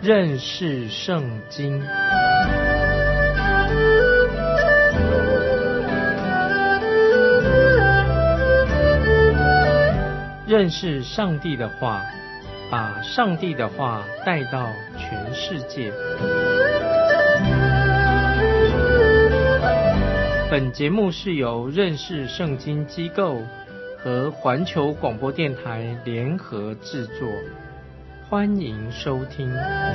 认识圣经。认识上帝的话，把上帝的话带到全世界。本节目是由认识圣经机构和环球广播电台联合制作，欢迎收听。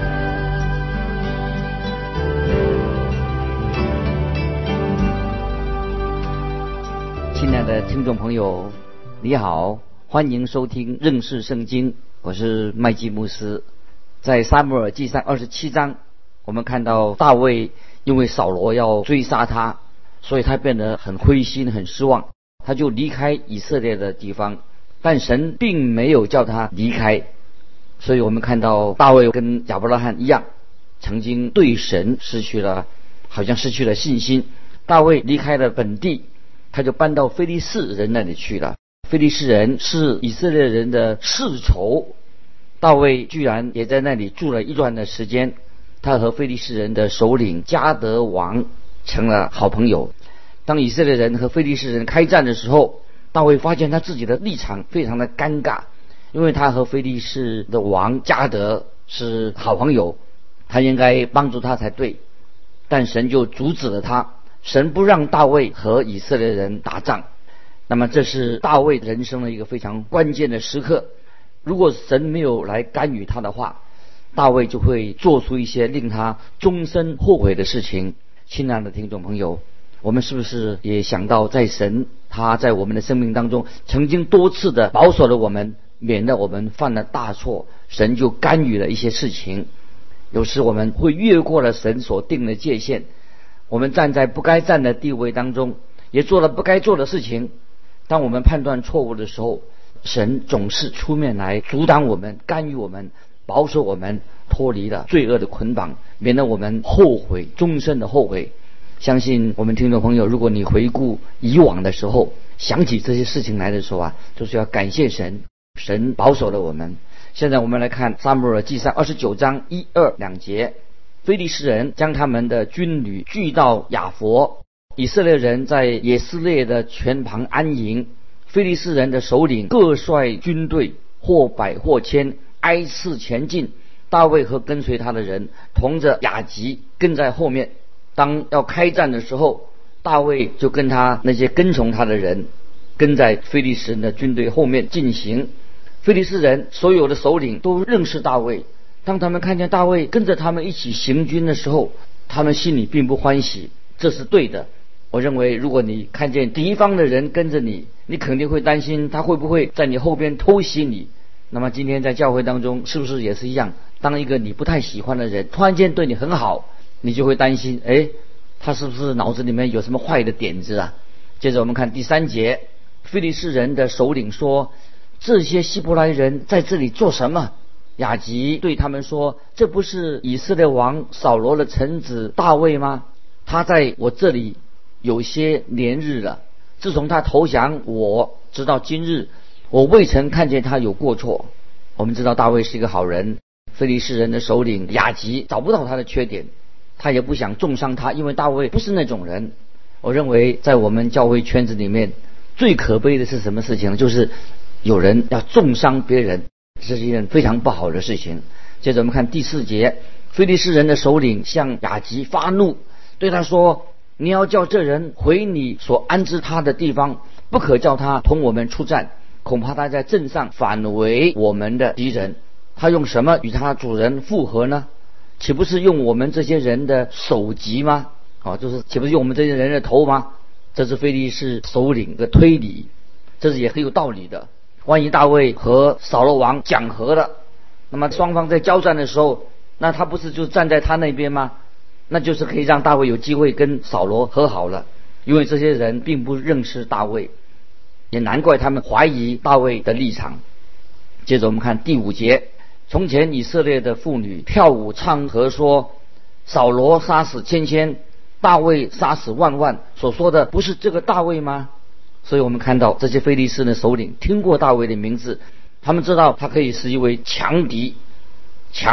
亲爱的听众朋友，你好，欢迎收听认识圣经，我是麦基牧师。在撒母耳记上27章，我们看到大卫因为扫罗要追杀他，所以他变得很灰心很失望，他就离开以色列的地方，但神并没有叫他离开。所以我们看到大卫跟亚伯拉罕一样，曾经对神好像失去了信心。大卫离开了本地，他就搬到非利士人那里去了。非利士人是以色列人的世仇，大卫居然也在那里住了一段的时间，他和非利士人的首领迦得王成了好朋友。当以色列人和非利士人开战的时候，大卫发现他自己的立场非常的尴尬，因为他和非利士的王迦得是好朋友，他应该帮助他才对，但神就阻止了他，神不让大卫和以色列人打仗。那么这是大卫人生的一个非常关键的时刻，如果神没有来干预他的话，大卫就会做出一些令他终身后悔的事情。亲爱的听众朋友，我们是不是也想到在神他在我们的生命当中曾经多次的保守了我们，免得我们犯了大错，神就干预了一些事情。有时我们会越过了神所定的界限，我们站在不该站的地位当中，也做了不该做的事情。当我们判断错误的时候，神总是出面来阻挡我们，干预我们，保守我们脱离了罪恶的捆绑，免得我们后悔，终身的后悔。相信我们听众朋友，如果你回顾以往的时候，想起这些事情来的时候就是要感谢神，神保守了我们。现在我们来看撒母耳记上29章1、2两节。非利士人将他们的军旅聚到雅佛，以色列人在耶斯列的泉旁安营。非利士人的首领各率军队，或百或千，挨次前进。大卫和跟随他的人同着雅吉跟在后面。当要开战的时候，大卫就跟他那些跟从他的人跟在非利士人的军队后面进行。非利士人所有的首领都认识大卫，当他们看见大卫跟着他们一起行军的时候，他们心里并不欢喜，这是对的。我认为如果你看见敌方的人跟着你，你肯定会担心他会不会在你后边偷袭你。那么今天在教会当中是不是也是一样，当一个你不太喜欢的人突然间对你很好，你就会担心，他是不是脑子里面有什么坏的点子啊？接着我们看第3节，非利士人的首领说，这些希伯来人在这里做什么？雅吉对他们说，这不是以色列王扫罗的臣子大卫吗？他在我这里有些年日了，自从他投降我直到今日，我未曾看见他有过错。我们知道大卫是一个好人，非利士人的首领雅吉找不到他的缺点，他也不想重伤他，因为大卫不是那种人。我认为在我们教会圈子里面最可悲的是什么事情呢？就是有人要重伤别人，这是一件非常不好的事情。接着我们看第4节，非利士人的首领向雅吉发怒，对他说，你要叫这人回你所安置他的地方，不可叫他同我们出战，恐怕他在阵上反为我们的敌人。他用什么与他主人复合呢？岂不是用我们这些人的首级吗？岂不是用我们这些人的头吗？这是非利士首领的推理，这是也很有道理的。万一大卫和扫罗王讲和了，那么双方在交战的时候，那他不是就站在他那边吗？那就是可以让大卫有机会跟扫罗和好了。因为这些人并不认识大卫，也难怪他们怀疑大卫的立场。接着我们看第5节，从前以色列的妇女跳舞唱和说，扫罗杀死千千，大卫杀死万万，所说的不是这个大卫吗？所以我们看到这些非利士的首领听过大卫的名字，他们知道他可以是一位强敌，强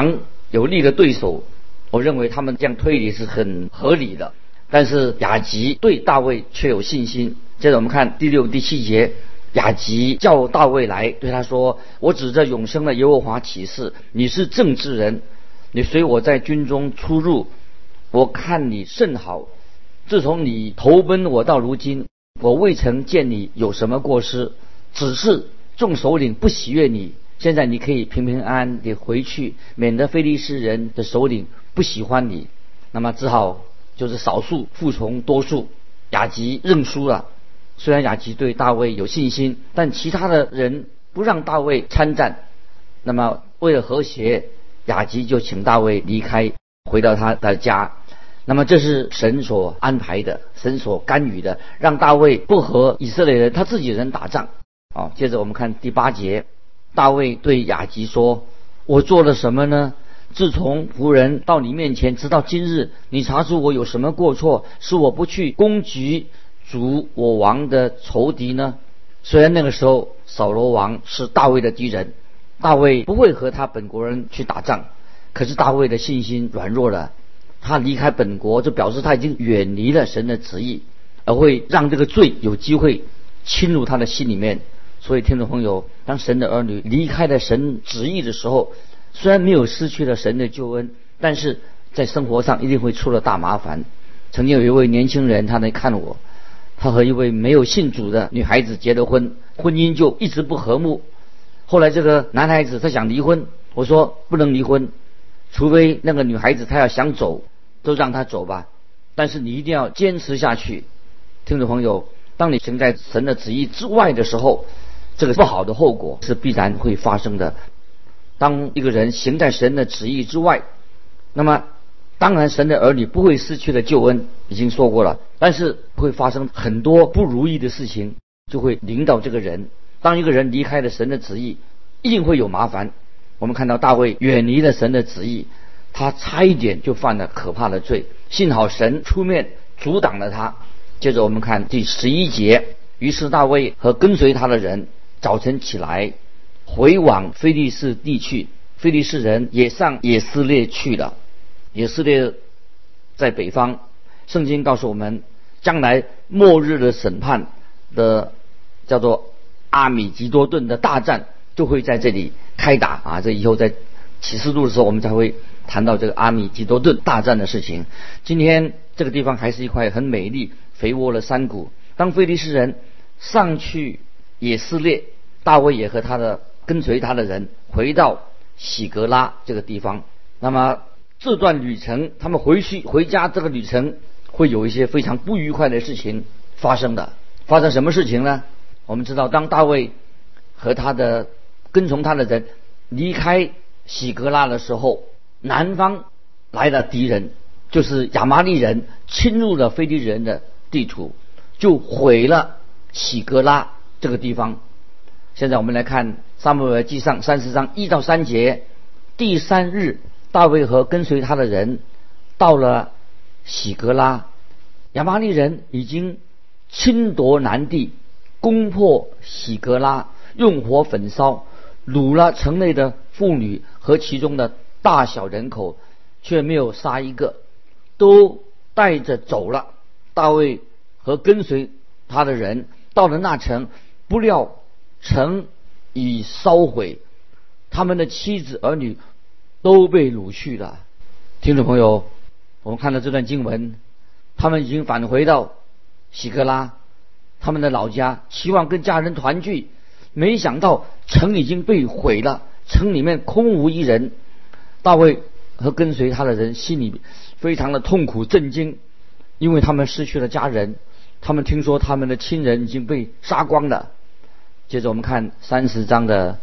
有力的对手，我认为他们这样推理是很合理的。但是雅吉对大卫却有信心。接着我们看第6、第7节，雅吉叫大卫来，对他说：我指着永生的耶和华起誓，你是正直人，你随我在军中出入，我看你甚好。自从你投奔我到如今，我未曾见你有什么过失，只是众首领不喜悦你。现在你可以平平安安地回去，免得非利士人的首领不喜欢你。那么只好就是少数服从多数，雅吉认输了。虽然雅吉对大卫有信心，但其他的人不让大卫参战。那么为了和谐，雅吉就请大卫离开，回到他的家。那么这是神所安排的，神所干预的，让大卫不和以色列人他自己人打仗。接着我们看第8节，大卫对雅吉说：我做了什么呢？自从仆人到你面前直到今日，你查出我有什么过错，使我不去攻击主我王的仇敌呢？虽然那个时候扫罗王是大卫的敌人，大卫不会和他本国人去打仗，可是大卫的信心软弱了，他离开本国就表示他已经远离了神的旨意，而会让这个罪有机会侵入他的心里面。所以听众朋友，当神的儿女离开了神旨意的时候，虽然没有失去了神的救恩，但是在生活上一定会出了大麻烦。曾经有一位年轻人，他来看我，他和一位没有信主的女孩子结了婚，婚姻就一直不和睦。后来这个男孩子他想离婚，我说不能离婚，除非那个女孩子她要想走，都让她走吧，但是你一定要坚持下去。听众朋友，当你行在神的旨意之外的时候，这个不好的后果是必然会发生的。当一个人行在神的旨意之外，那么当然神的儿女不会失去了救恩，已经说过了，但是会发生很多不如意的事情，就会领导这个人。当一个人离开了神的旨意，一定会有麻烦。我们看到大卫远离了神的旨意，他差一点就犯了可怕的罪，幸好神出面阻挡了他。接着我们看第11节，于是大卫和跟随他的人早晨起来，回往非利士地去。非利士人也上以色列去了。以色列在北方，圣经告诉我们，将来末日的审判的叫做阿米吉多顿的大战就会在这里开打啊！这以后在启示录的时候，我们才会谈到这个阿米吉多顿大战的事情。今天这个地方还是一块很美丽肥沃的山谷。当非利士人上去以色列，大卫也和他的跟随他的人回到喜格拉这个地方。那么这段旅程，他们回家这个旅程会有一些非常不愉快的事情发生的。发生什么事情呢？我们知道，当大卫和他的跟从他的人离开喜格拉的时候，南方来了敌人，就是亚玛力人侵入了非利人的地图，就毁了喜格拉这个地方。现在我们来看撒母耳记上30章1到3节。第3日，大卫和跟随他的人到了喜格拉，亚玛力人已经侵夺南地，攻破喜格拉，用火焚烧，掳了城内的妇女和其中的大小人口，却没有杀一个，都带着走了。大卫和跟随他的人到了那城，不料城已烧毁，他们的妻子儿女都被掳去了。听众朋友，我们看到这段经文，他们已经返回到喜格拉，他们的老家，期望跟家人团聚，没想到城已经被毁了，城里面空无一人。大卫和跟随他的人心里非常的痛苦震惊，因为他们失去了家人，他们听说他们的亲人已经被杀光了。接着我们看30章的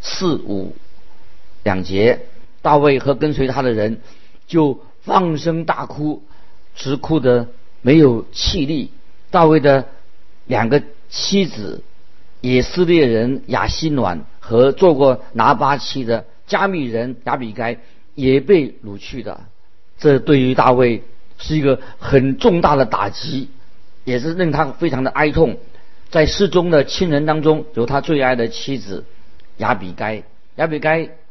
4、5两节，大卫和跟随他的人就放声大哭，直哭得没有气力。大卫的2个妻子以色列人亚希暖和做过拿八妻的加密人亚比该也被掳去的。这对于大卫是一个很重大的打击，也是令他非常的哀痛。在失踪的亲人当中，有他最爱的妻子亚比该。亚比该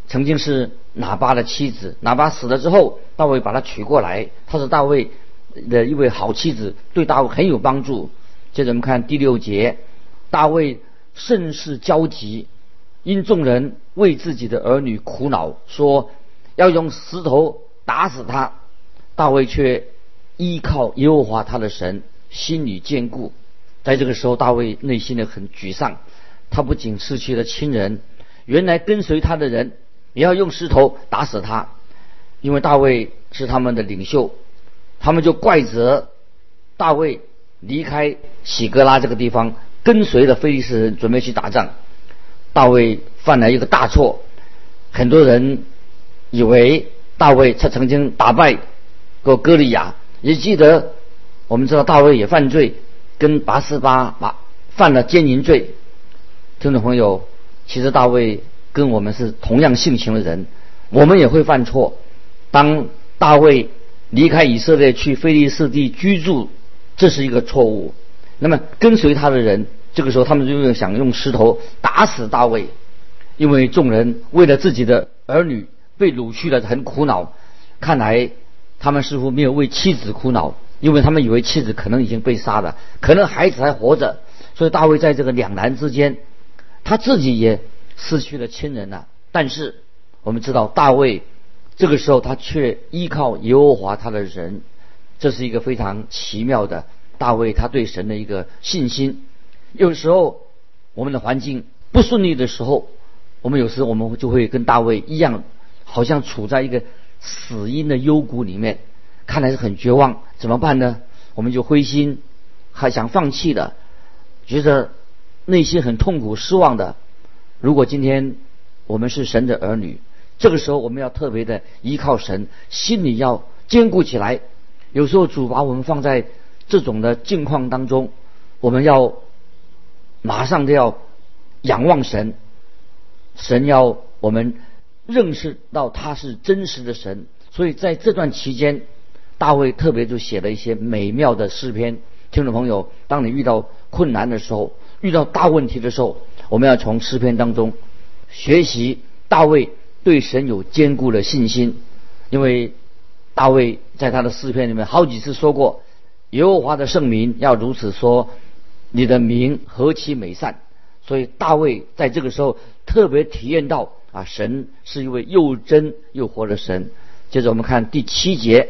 曾经是拿巴的妻子，拿巴死了之后，大卫把她娶过来，她是大卫的一位好妻子，对大卫很有帮助。接着我们看第6节，大卫甚是焦急，因众人为自己的儿女苦恼，说要用石头打死他。大卫却依靠耶和华他的神，心里坚固。在这个时候，大卫内心的很沮丧，他不仅失去了亲人，原来跟随他的人也要用石头打死他，因为大卫是他们的领袖。他们就怪责大卫离开喜格拉这个地方，跟随了非利士人准备去打仗。大卫犯了一个大错，很多人以为大卫他曾经打败过歌利亚，也记得我们知道大卫也犯罪，跟拔示巴犯了奸淫罪。听众朋友，其实大卫跟我们是同样性情的人，我们也会犯错。当大卫离开以色列去非利士地居住，这是一个错误。那么跟随他的人，这个时候他们就想用石头打死大卫，因为众人为了自己的儿女被掳去了很苦恼。看来他们似乎没有为妻子苦恼，因为他们以为妻子可能已经被杀了，可能孩子还活着。所以大卫在这个两难之间，他自己也失去了亲人了。但是我们知道大卫这个时候他却依靠耶和华他的人，这是一个非常奇妙的大卫他对神的一个信心。有时候我们的环境不顺利的时候，我们就会跟大卫一样，好像处在一个死荫的幽谷里面，看来是很绝望，怎么办呢？我们就灰心，还想放弃的，觉得内心很痛苦失望的。如果今天我们是神的儿女，这个时候我们要特别的依靠神，心里要坚固起来。有时候主把我们放在这种的境况当中，我们要马上就要仰望神，神要我们认识到他是真实的神。所以在这段期间，大卫特别就写了一些美妙的诗篇。听众朋友，当你遇到困难的时候，遇到大问题的时候，我们要从诗篇当中学习大卫对神有坚固的信心。因为大卫在他的诗篇里面好几次说过，耶和华的圣名要如此说，你的名何其美善。所以大卫在这个时候特别体验到神是一位又真又活的神。接着我们看第7节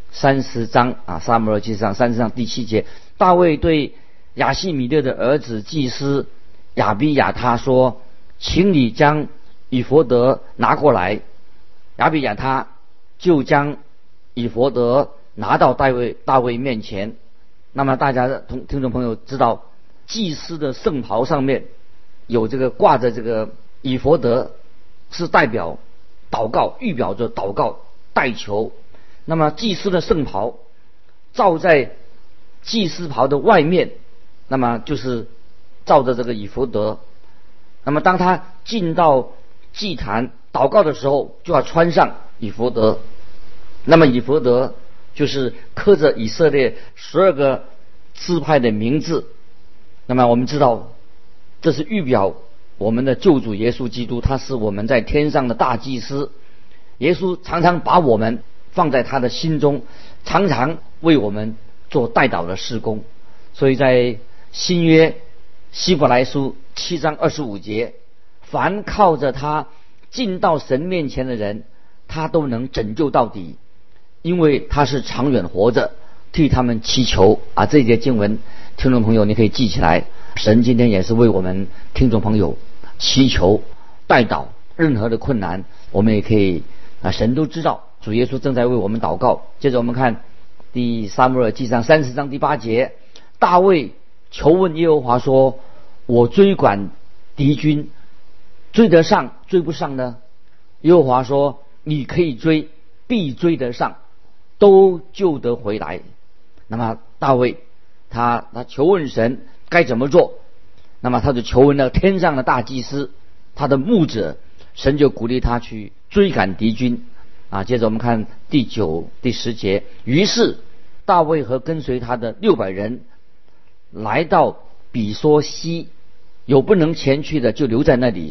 30章撒母耳记上30章第7节，大卫对亚希米勒的儿子祭司亚比亚他说，请你将以弗得拿过来。亚比亚他就将以弗得拿到大卫面前。那么大家听众朋友知道，祭司的圣袍上面有这个挂着这个以弗得，是代表祷告，预表着祷告代求。那么祭司的圣袍罩在祭司袍的外面，那么就是罩着这个以弗得。那么当他进到祭坛祷告的时候，就要穿上以弗得。那么以弗得就是刻着以色列12个支派的名字。那么我们知道，这是预表我们的救主耶稣基督，他是我们在天上的大祭司。耶稣常常把我们放在他的心中，常常为我们做代祷的事工。所以在新约希伯来书7章25节，凡靠着他进到神面前的人，他都能拯救到底，因为他是长远活着，替他们祈求这一节经文，听众朋友你可以记起来。神今天也是为我们听众朋友祈求代祷，任何的困难我们也可以神都知道，主耶稣正在为我们祷告。接着我们看第撒母耳记上30章第8节，大卫求问耶和华说，我追赶敌军，追得上追不上呢？耶和华说，你可以追，必追得上，都救得回来。那么大卫他求问神该怎么做，那么他就求问了天上的大祭司，他的牧者，神就鼓励他去追赶敌军接着我们看第9、第10节，于是大卫和跟随他的600人来到比梭西，有不能前去的就留在那里。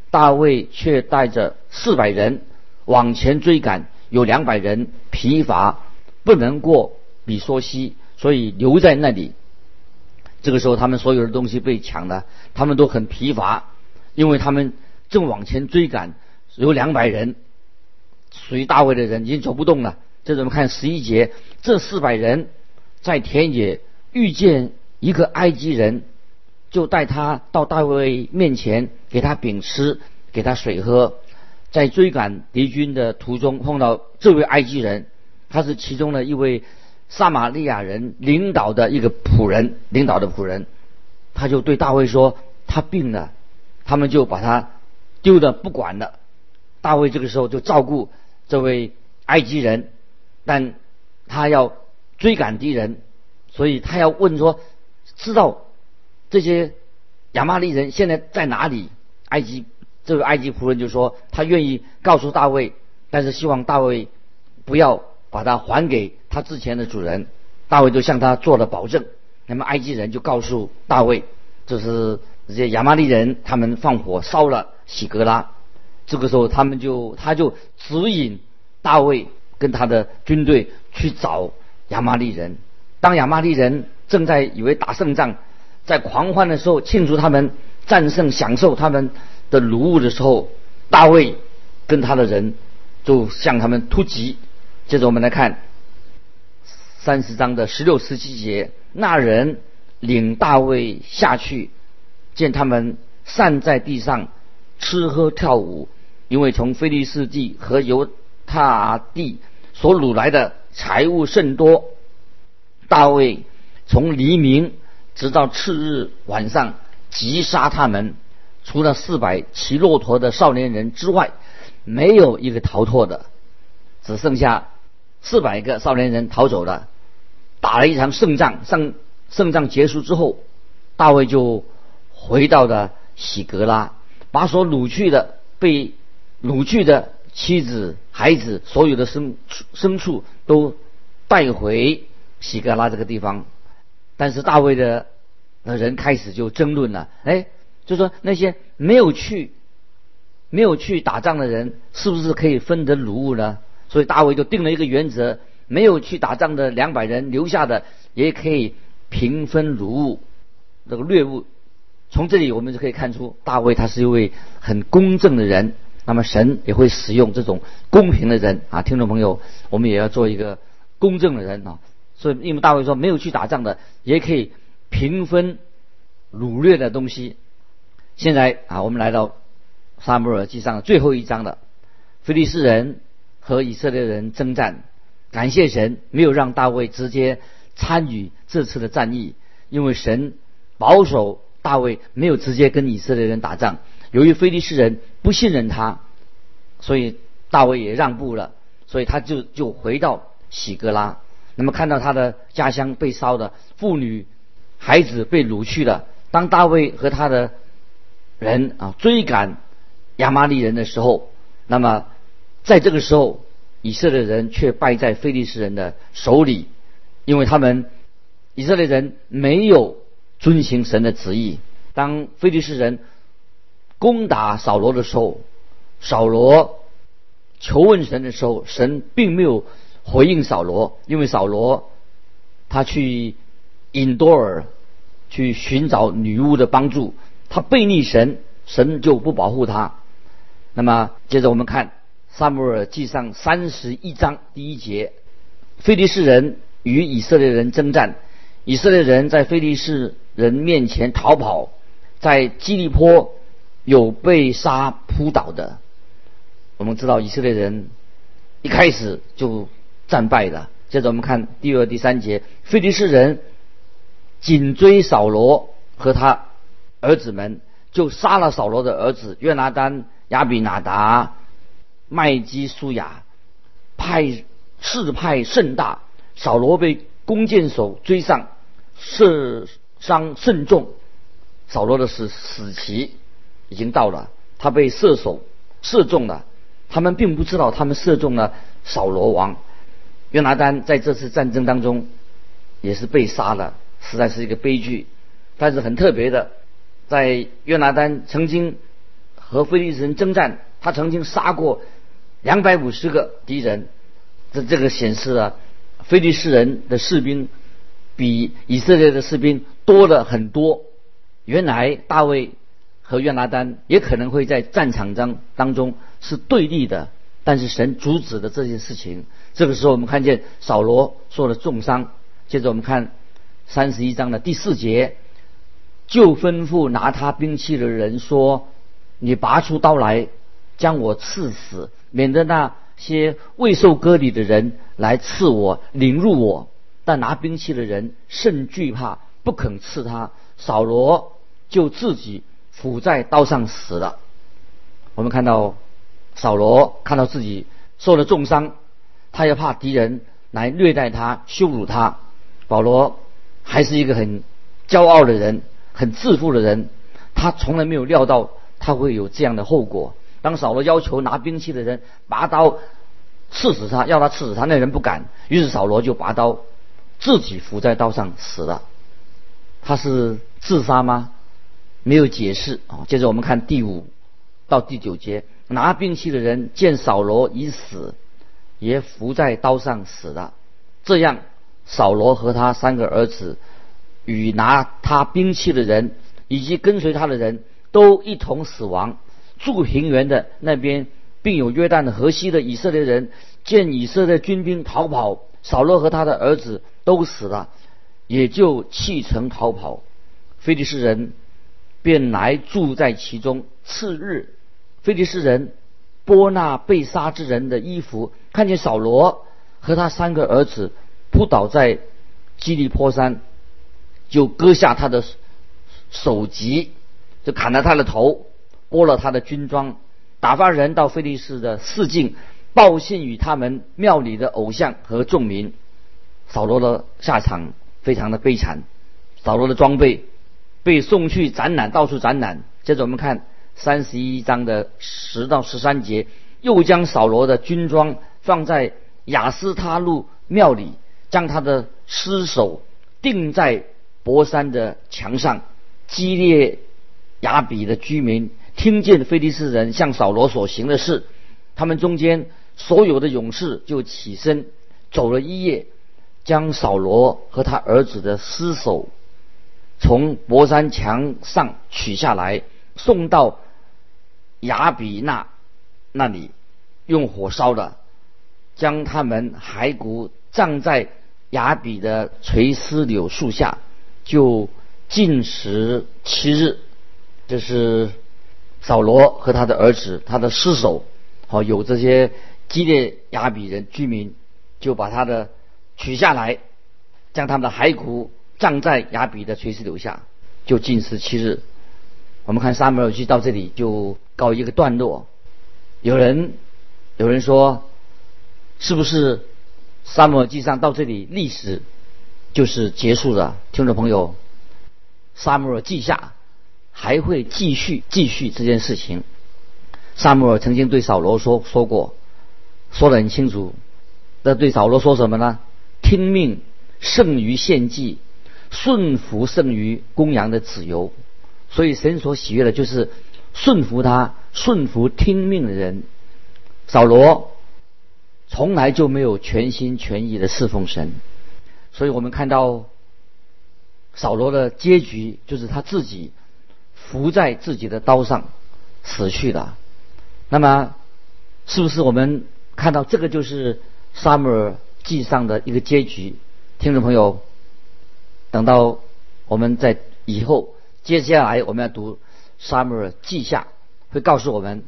大卫却带着400人往前追赶，有200人疲乏，不能过比索西，所以留在那里。这个时候他们所有的东西被抢了，他们都很疲乏，因为他们正往前追赶，有200人属于大卫的人已经走不动了。这我们看11节，这400人在田野遇见一个埃及人，就带他到大卫面前，给他饼吃，给他水喝。在追赶敌军的途中碰到这位埃及人，他是其中的一位撒玛利亚人领导的仆人，他就对大卫说他病了，他们就把他丢了不管了。大卫这个时候就照顾这位埃及人，但他要追赶敌人，所以他要问说，知道这些亚玛利人现在在哪里？这位埃及仆人就说他愿意告诉大卫，但是希望大卫不要把他还给他之前的主人。大卫就向他做了保证。那么埃及人就告诉大卫，就是这些亚玛利人他们放火烧了喜格拉。这个时候他就指引大卫跟他的军队去找亚玛利人。当亚玛利人正在以为打胜仗，在狂欢的时候，庆祝他们战胜享受他们的掳物的时候，大卫跟他的人就向他们突击。接着我们来看30章的16、17节，那人领大卫下去，见他们散在地上吃喝跳舞，因为从非利士地和犹大地所掳来的财物甚多。大卫从黎明直到次日晚上击杀他们，除了400骑骆驼的少年人之外，没有一个逃脱的，只剩下400个少年人逃走了。打了一场胜仗，胜仗结束之后，大卫就回到了喜格拉，把所被掳去的妻子、孩子、所有的牲畜都带回喜格拉这个地方。但是大卫的人开始就争论了，就说那些没有去打仗的人是不是可以分得掳物呢？所以大卫就定了一个原则，没有去打仗的200人留下的也可以平分掳物，这个掠物。从这里我们就可以看出，大卫他是一位很公正的人，那么神也会使用这种公平的人啊。听众朋友，我们也要做一个公正的人啊。所以因为大卫说没有去打仗的也可以平分掳掠的东西。现在啊，我们来到撒母耳记上最后一章了。非利士人和以色列人征战，感谢神没有让大卫直接参与这次的战役，因为神保守大卫没有直接跟以色列人打仗。由于非利士人不信任他，所以大卫也让步了，所以他就回到喜格拉。那么看到他的家乡被烧的，妇女孩子被掳去了。当大卫和他的人追赶亚玛利人的时候，那么在这个时候以色列人却败在非利士人的手里，因为以色列人没有遵行神的旨意。当非利士人攻打扫罗的时候，扫罗求问神的时候，神并没有回应扫罗，因为扫罗他去隐多尔去寻找女巫的帮助，他背逆神，神就不保护他。那么接着我们看撒母耳记上31章第1节，非利士人与以色列人征战，以色列人在非利士人面前逃跑，在基利坡有被杀扑倒的。我们知道以色列人一开始就战败了。接着我们看第2、第3节，非利士人紧追扫罗和他儿子们，就杀了扫罗的儿子约拿单、亚比拿达、麦基舒亚，势派甚大。扫罗被弓箭手追上，射伤甚重。扫罗的死期已经到了，他被射手射中了。他们并不知道他们射中了扫罗王。约拿单在这次战争当中也是被杀了，实在是一个悲剧。但是很特别的，在约拿单曾经和非利士人征战，他曾经杀过250个敌人。这个显示了非利士人的士兵比以色列的士兵多了很多。原来大卫和约拿单也可能会在战场当中是对立的，但是神阻止了这件事情。这个时候我们看见扫罗受了重伤。接着我们看31章的第4节，就吩咐拿他兵器的人说，你拔出刀来将我刺死，免得那些未受割礼的人来刺我凌辱我。但拿兵器的人甚惧怕，不肯刺他。扫罗就自己伏在刀上死了。我们看到扫罗看到自己受了重伤，他也怕敌人来虐待他羞辱他。保罗还是一个很骄傲的人，很自负的人，他从来没有料到他会有这样的后果。当扫罗要求拿兵器的人拔刀刺死他，要他刺死他，那人不敢，于是扫罗就拔刀自己伏在刀上死了。他是自杀吗？没有解释啊。接着我们看第5到第9节，拿兵器的人见扫罗已死，也伏在刀上死了。这样扫罗和他3个儿子与拿他兵器的人以及跟随他的人都一同死亡。住平原的那边并有约旦河西的以色列人见以色列军兵逃跑，扫罗和他的儿子都死了，也就弃城逃跑。非利士人便来住在其中。次日，非利士人剥那被杀之人的衣服，看见扫罗和他3个儿子扑倒在基利坡山，就割下他的首级，就砍了他的头，剥了他的军装，打发人到非利士的四境报信与他们庙里的偶像和众民。扫罗的下场非常的悲惨，扫罗的装备被送去展览，到处展览。接着我们看31章的10到13节，又将扫罗的军装放在亚斯他路庙里，将他的尸首钉在伯山的墙上。基列雅比的居民听见非利士人向扫罗所行的事，他们中间所有的勇士就起身走了一夜，将扫罗和他儿子的尸首从伯山墙上取下来，送到雅比那里，用火烧了，将他们骸骨葬在雅比的垂丝柳树下，就禁食7日。这是扫罗和他的儿子，他的尸首，有这些基列雅比人居民就把他的取下来，将他们的骸骨葬在雅比的垂丝柳下，就禁食7日。我们看撒母耳记到这里就告一个段落。有人说，是不是撒母耳记上到这里历史就是结束了？听众朋友，撒母耳记下还会继续这件事情。撒母耳曾经对扫罗说过，说得很清楚。那对扫罗说什么呢？听命胜于献祭，顺服胜于公羊的脂油。所以神所喜悦的就是顺服他，顺服听命的人。扫罗从来就没有全心全意的侍奉神，所以我们看到扫罗的结局就是他自己伏在自己的刀上死去的。那么是不是我们看到这个就是撒母耳记上的一个结局？听众朋友，等到我们在以后接下来我们要读撒母耳记下，会告诉我们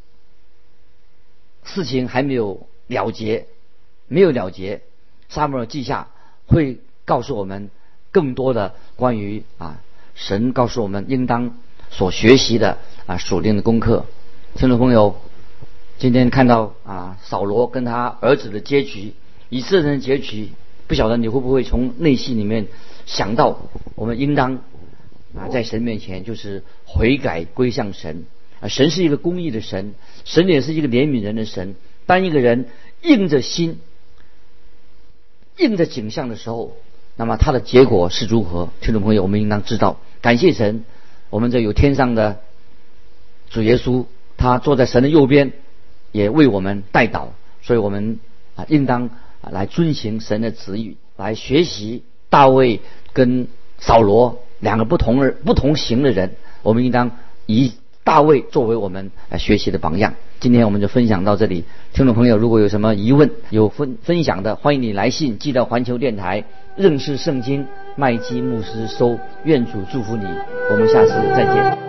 事情还没有了结。撒母耳记下会告诉我们更多的关于神告诉我们应当所学习的属灵的功课。听众朋友，今天看到扫罗跟他儿子的结局，以色列人的结局，不晓得你会不会从内心里面想到，我们应当在神面前就是悔改归向神。神是一个公义的神，神也是一个怜悯人的神。当一个人硬着心硬着景象的时候，那么他的结果是如何？听众朋友，我们应当知道。感谢神，我们这有天上的主耶稣他坐在神的右边，也为我们代祷。所以我们应当来遵行神的旨意，来学习大卫跟扫罗两个不同型的人，我们应当以大卫作为我们学习的榜样。今天我们就分享到这里，听众朋友如果有什么疑问有分享的，欢迎你来信寄到环球电台认识圣经麦基牧师收。愿主祝福你，我们下次再见。